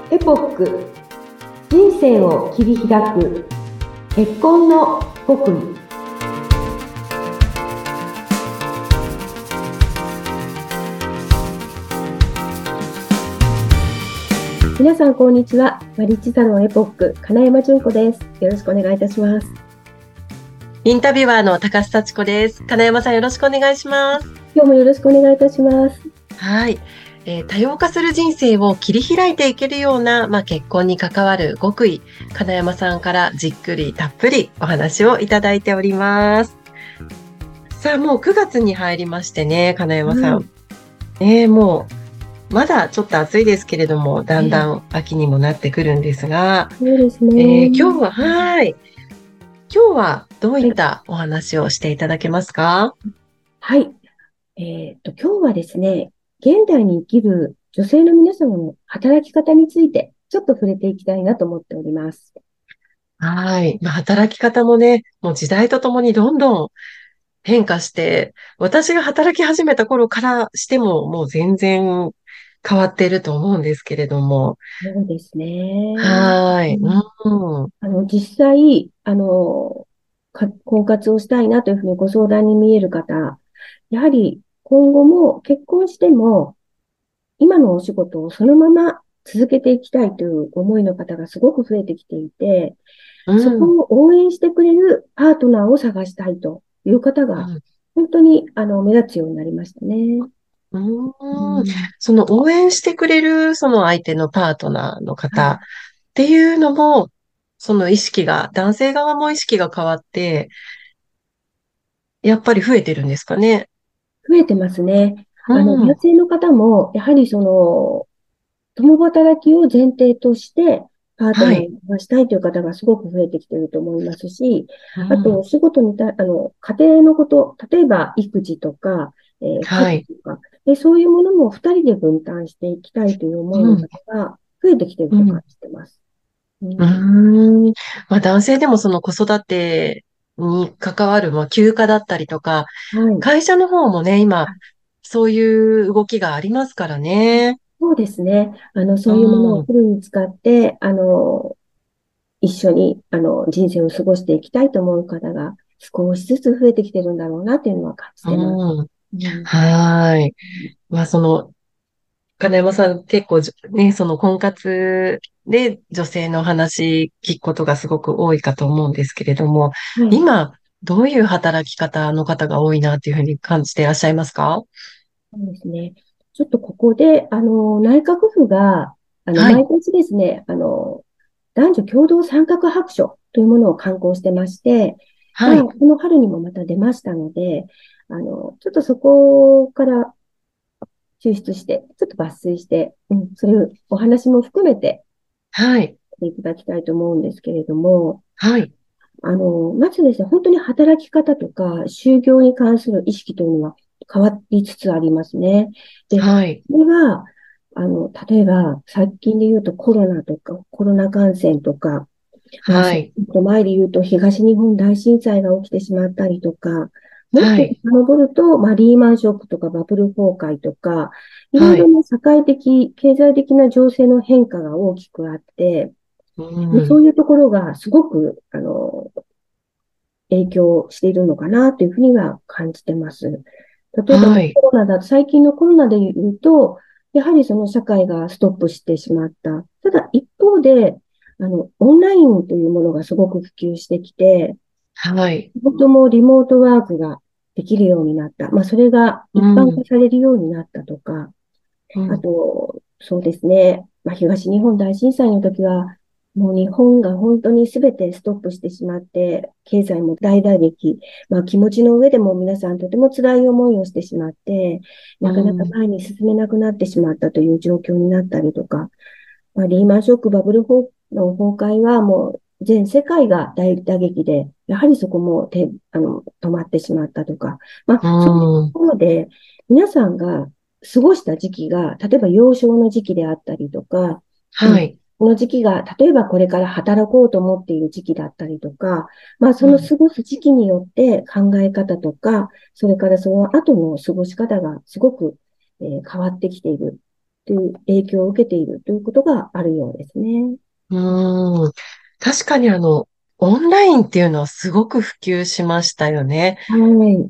エポック、人生を切り開く結婚の極意。皆さんこんにちは。マリッジサロンエポック金山純子です。よろしくお願いいたします。 インタビュアーの高須幸子です。金山さんよろしくお願いします。 今日もよろしくお願いいたします。 はい。多様化する人生を切り開いていけるような、結婚に関わる極意、金山さんからじっくりたっぷりお話をいただいております。さあ、もう9月に入りましてね、金山さん。もう、まだちょっと暑いですけれども、だんだん秋にもなってくるんですが、 そうですね。 今日はどういったお話をしていただけますか？ はい。今日はですね、現代に生きる女性の皆様の働き方についてちょっと触れていきたいなと思っております。 はい。働き方もね、もう時代とともにどんどん変化して、私が働き始めた頃からしてももう全然変わっていると思うんですけれども。 そうですね。 はい。 うん、 うん。 実際、婚活をしたいなというふうにご相談に見える方、やはり今後も結婚しても、今のお仕事をそのまま続けていきたいという思いの方がすごく増えてきていて、 うん。 そこを応援してくれるパートナーを探したいという方が、 うん。 本当に目立つようになりましたね。ううん。 ん、 その応援してくれるその相手のパートナーのはい、 方っていうのも、その意識が、男性側も意識が変わって、やっぱり増えてるんですかね。 増えてますね。 う男ん。 性の方も、やはり共働きを前提として、パートナーをはい。 探したいという方がすごく増えてきていると思いますし、あと、 うん。 お仕事にた、家庭のこと、例えば育児とか、家はい。 事とか、そういうものも二人で分担していきたいという思いの方うん。 が増えてきているうん。 と感じてます。ううーん、 ん。男性でもその子育てに関わる、休暇だったりとか、 はい。 会社の方もね、今、そういう動きがありますからね。 そうですね。 うそういうものをん。 フルに使って、一緒に、人生を過ごしていきたいと思う方が少しずつ増えてきてるんだろうなというのは感じてます。 うん。 うん、 はーい。金山さん結構ね、その婚活で女性の話聞くことがすごく多いかと思うんですけれども、 はい。 今、どういう働き方の方が多いなっていうふうに感じていらっしゃいますか？ そうですね。ちょっとここで、内閣府が、毎はい。 年ですね、男女共同参画白書というものを刊行してまして、 はい。 この春にもまた出ましたので、ちょっとそこから抽出して、ちょっと抜粋して、そういうお話も含めてはい。 いただきたいと思うんですけれども、 はい。 まずですね、本当に働き方とか、就業に関する意識というのは変わりつつありますね。で、 はい。 これが、例えば、最近で言うとコロナとか、コロナ感染とか、そはい。 の前で言うと東日本大震災が起きてしまったりとか、もっとはい。 遡ると、リーマンショックとかバブル崩壊とか、いろいはい。 ろな社会的、経済的な情勢の変化が大きくあって、 うでそうん。 いうところがすごく、影響しているのかなというふうには感じてます。例えばはい。 コロナだと、最近のコロナで言うと、やはりその社会がストップしてしまった。ただ一方で、オンラインというものがすごく普及してきて、 はい。 仕事もリモートワークができるようになった。それがう一般化ん。 されるようになったとか、あうん。 と、そうですね。東日本大震災の時は、もう日本が本当に全てストップしてしまって、経済も大打撃、気持ちの上でも皆さんとても辛い思いをしてしまって、 うなかなかん。 前に進めなくなってしまったという状況になったりとか、リーマンショックバブルの崩壊はもう全世界が大打撃で、やはりそこも止まってしまったとか、 うそういうとん。 ころで皆さんが過ごした時期が、例えば幼少の時期であったりとか、 はい。 この時期が、例えばこれから働こうと思っている時期だったりとか、そのうん。 過ごす時期によって考え方とか、それからその後の過ごし方がすごく、変わってきている。 という影響を受けているということがあるようですね。 うーん。確かにオンラインっていうのはすごく普及しましたよね。 はい。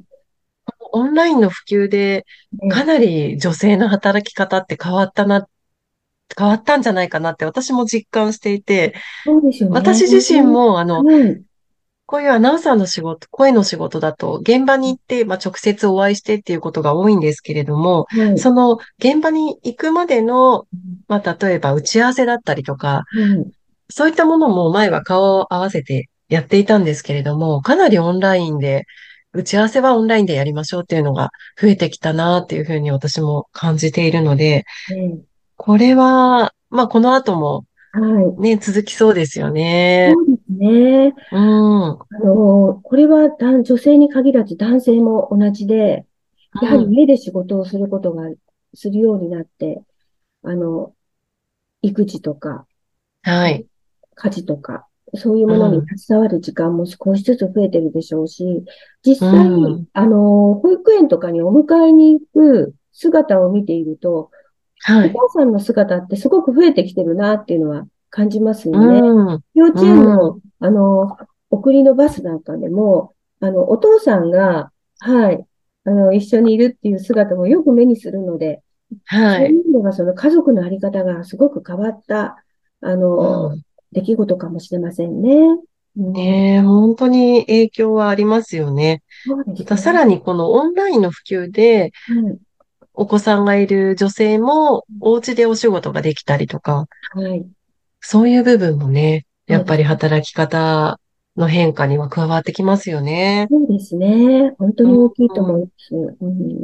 オンラインの普及でかね、 なり女性の働き方って変わったんじゃないかなって私も実感していて、 そうですよね。 私自身もはい。 こういうアナウンサーの仕事、声の仕事だと、現場に行って、直接お会いしてっていうことが多いんですけれども、 はい。 その現場に行くまでの、例えば打ち合わせだったりとか、 はい。 そういったものも前は顔を合わせてやっていたんですけれども、かなりオンラインで、打ち合わせはオンラインでやりましょうっていうのが増えてきたなっていうふうに私も感じているので、 ね、 これは、この後もはい。 ね、続きそうですよね。 そうですね。 うん、うん、 これは女性に限らず男性も同じで、やはり家で仕事をすることが、するようになって、あの、育児とか、 はい、 家事とか、そういううものにん、 携わる時間も少しずつ増えてるでしょうし、実う際、 ん、 保育園とかにお迎えに行く姿を見ていると、 はい、 お母さんの姿ってすごく増えてきてるなっていうのは感じますよね。 うん、 幼稚園うん、 の、送りのバスなんかでも、お父さんが、はい、一緒にいるっていう姿もよく目にするので、 はい、 そういう意味ではその家族のあり方がすごく変わった、あの、 うん。 出来事かもしれませんね。うん、 ねえ、本当に影響はありますよね。 そうですまたさね。 らにこのオンラインの普及で、 はい、 お子さんがいる女性もお家でお仕事ができたりとか、 はい、 そういう部分もね、やっぱりそうですね。 働き方の変化には加わってきますよね。 そうですね。本当うん、 に大きいと思います。うん、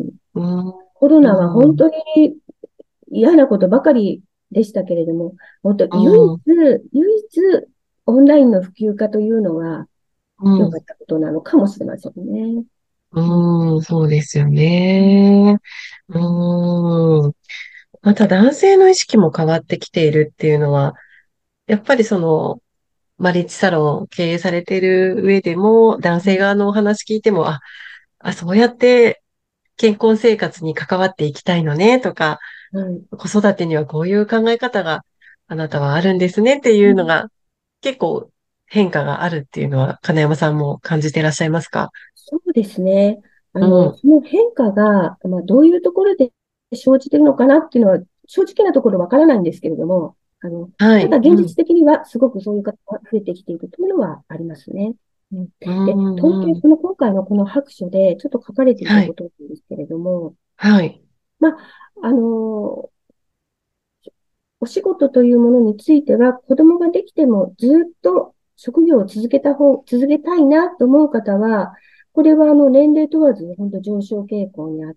うん、 コロナはうん、 本当に嫌なことばかりでしたけれども、本当、 うん、 唯一、オンラインの普及化というのはうん、 良かったことなのかもしれませんね。うん、 うん、そうですよね。うん。また男性の意識も変わってきているっていうのは、やっぱりマリッジサロンを経営されている上でも、男性側のお話聞いても、そうやって健康生活に関わっていきたいのね、とか、 はい。 子育てにはこういう考え方があなたはあるんですねっていうのが結構変化があるっていうのは金山さんも感じていらっしゃいますか？ そうですね。 うん。 その変化が、どういうところで生じているのかなっていうのは、正直なところわからないんですけれども、ただはい。うん。 現実的にはすごくそういう方が増えてきているというのはありますね。うん、 うで、統計、 ん。うん。 今回のこの白書でちょっと書かれていたはい。 ことなんですけれども、 はい。 まあ、あの、お仕事というものについては、子供ができてもずっと職業を続けたいなと思う方は、これは年齢問わず本当上昇傾向にあって、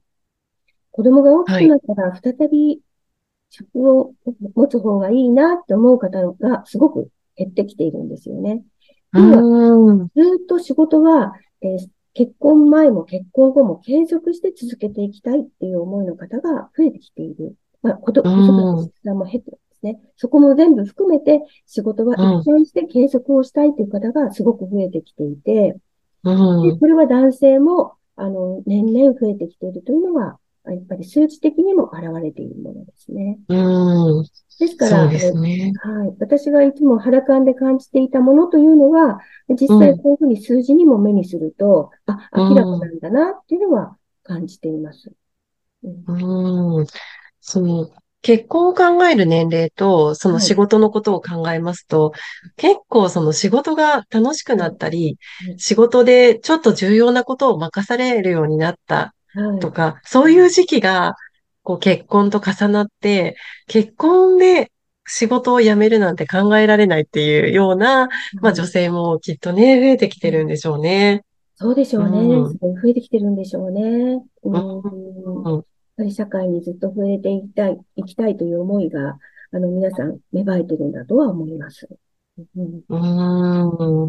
子供が大きはい。 くなったら再び職を持つ方がいいなと思う方がすごく減ってきているんですよね。 う要は、 ん。 ずっと仕事は、結婚前も結婚後も継続して続けていきたいっていう思いの方が増えてきている。 う子育て、 ん。 出産も経てですね。そこも全部含めて仕事は一うん。 貫して継続をしたいという方がすごく増えてきていて、 うで、 ん。 これは男性も、年々増えてきているというのは、やっぱり数値的にも現れているものですね。 うん。 ですから、 そうですね。 はい、私がいつも肌感で感じていたものというのは、実うん。 際こういうふうに数字にも目にすると、 う明らかなん。 んだなっていうのは感じています。うん、 うん。その、結婚を考える年齢と、そのはい、 仕事のことを考えますと、結構その仕事が楽しくはい、 なったり、 はい、 仕事でちょっと重要なことを任されるようになったはい、 とか、そういう時期が、結婚と重なって、結婚で仕事を辞めるなんて考えられないっていうような、女はい、 性もきっとね、増えてきてるんでしょうね。 そうでしょううね。 ん。 すごい増えてきてるんでしょうね。 うやっん。 ぱり社会にずっと触れていきたいという思いが、皆さん芽生えてるんだとは思います。うん、 うん。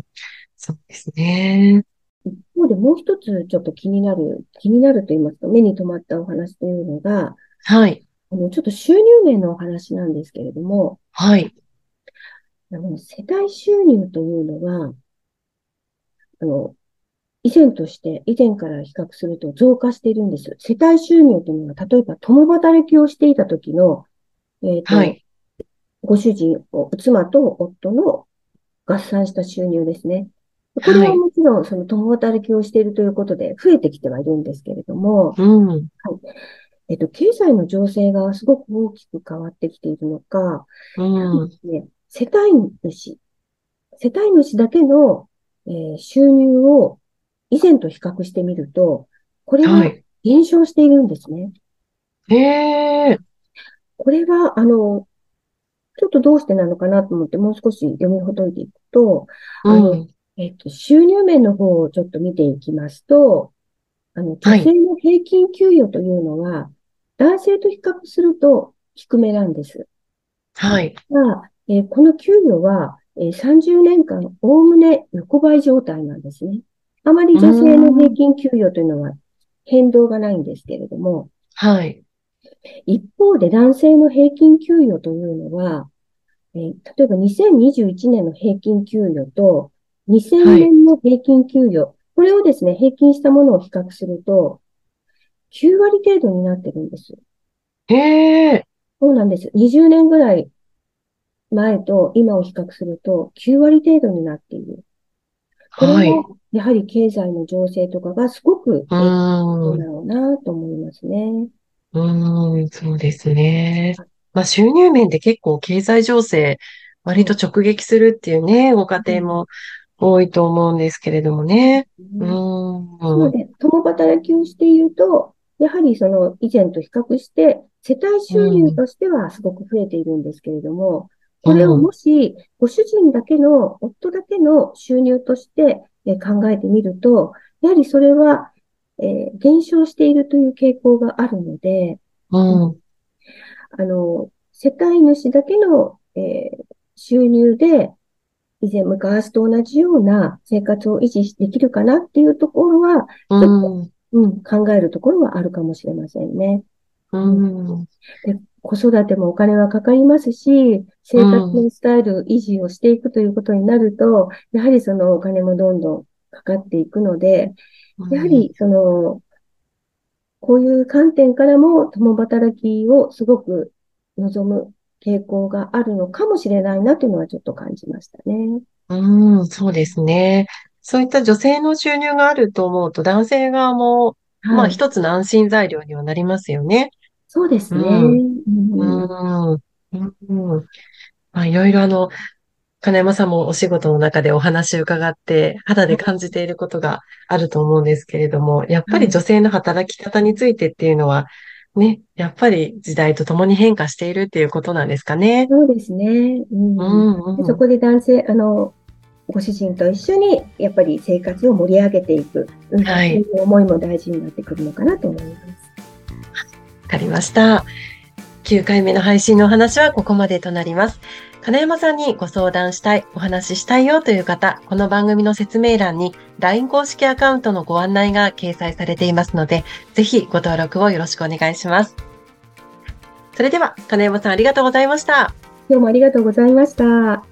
そうですね。 一方でもう一つちょっと気になると言いますか、目に留まったお話というのが、 はい。 ちょっと収入面のお話なんですけれども、 はい。 世帯収入というのは、あの、 以前から比較すると増加しているんです。世帯収入というのは、例えば共働きをしていた時の、えっと、 はい。 ご主人を、妻と夫の合算した収入ですね。これはい。 はもちろん、その共働きをしているということで増えてきてはいるんですけれども、 うん。 はい。経済の情勢がすごく大きく変わってきているのか、 うやはりん。 ね、主、世帯主だけの、収入を以前と比較してみると、これははい。 減少しているんですね。 ええ、 これは、ちょっとどうしてなのかなと思って、もう少し読みほどいていくと、 うあの、 ん。 収入面の方をちょっと見ていきますと、女はい。 性の平均給与というのは、男性と比較すると低めなんです。 はい。 が、この給与は、30年間、おおむね横ばい状態なんですね。あまりうー女性の平ん。 均給与というのは変動がないんですけれども、 はい。 一方で男性の平均給与というのは、例えば2021年の平均給与と2000 はい。 年の平均給与、これをですね、平均したものを比較すると、9割程度になってるんです。 ええ、 そうなんです。20年ぐらい前と今を比較すると9割程度になっている。これはい。 も、やはり経済の情勢とかがすごくう影響してるんーん。 だろうなと思いますね。 そうですね。まあ、収入面で結構経済情勢、割とそう。 直撃するっていうね、ご家うん、 庭も多いと思うんですけれどもね。うね、なーん。 ので、共働きをしていると、やはりその以前と比較して、世帯う収入ん。 としてはすごく増えているんですけれども、 うこれをん。 もし、ご主人だけの、夫だけの収入として考えてみると、やはりそれは、減少しているという傾向があるので、 ううん、 ん。 世帯主だけの、収入で、以前昔と同じような生活を維持できるかなっていうところは、 うちょっと、 ん。 考えるところはあるかもしれませんね。 ううん、 ん。 で、子育てもお金はかかりますし、 う生活ん。 のスタイル維持をしていくということになると、やはりそのお金もどんどんかかっていくので、 うん。 やはりこういう観点からも共働きをすごく望む傾向があるのかもしれないなというのはちょっと感じましたね。 そうですね。そういった女性の収入があると思うと、男性側も、まあはい。 一つの安心材料にはなりますよね。 そうですね。 うん。ううん。 ん。うん。まあいろいろ金山さんもお仕事の中でお話を伺って、肌で感じていることがあると思うんですけれども、やっぱり女はい。 性の働き方についてっていうのは、ね、やっぱり時代とともに変化しているっていうことなんですかね。 そうですね。ううん。で、 んうん。 そこで男性、ご主人と一緒に、やっぱり生活を盛り上げていく。うん。 はい。 そういう思いも大事になってくるのかなと思います。 わかりました。9回目の配信のお話はここまでとなります。金山さんにご相談したい、お話ししたいよという方、この番組の説明欄に LINE 公式アカウントのご案内が掲載されていますので、ぜひご登録をよろしくお願いします。それでは、金山さんありがとうございました。 今日もありがとうございました。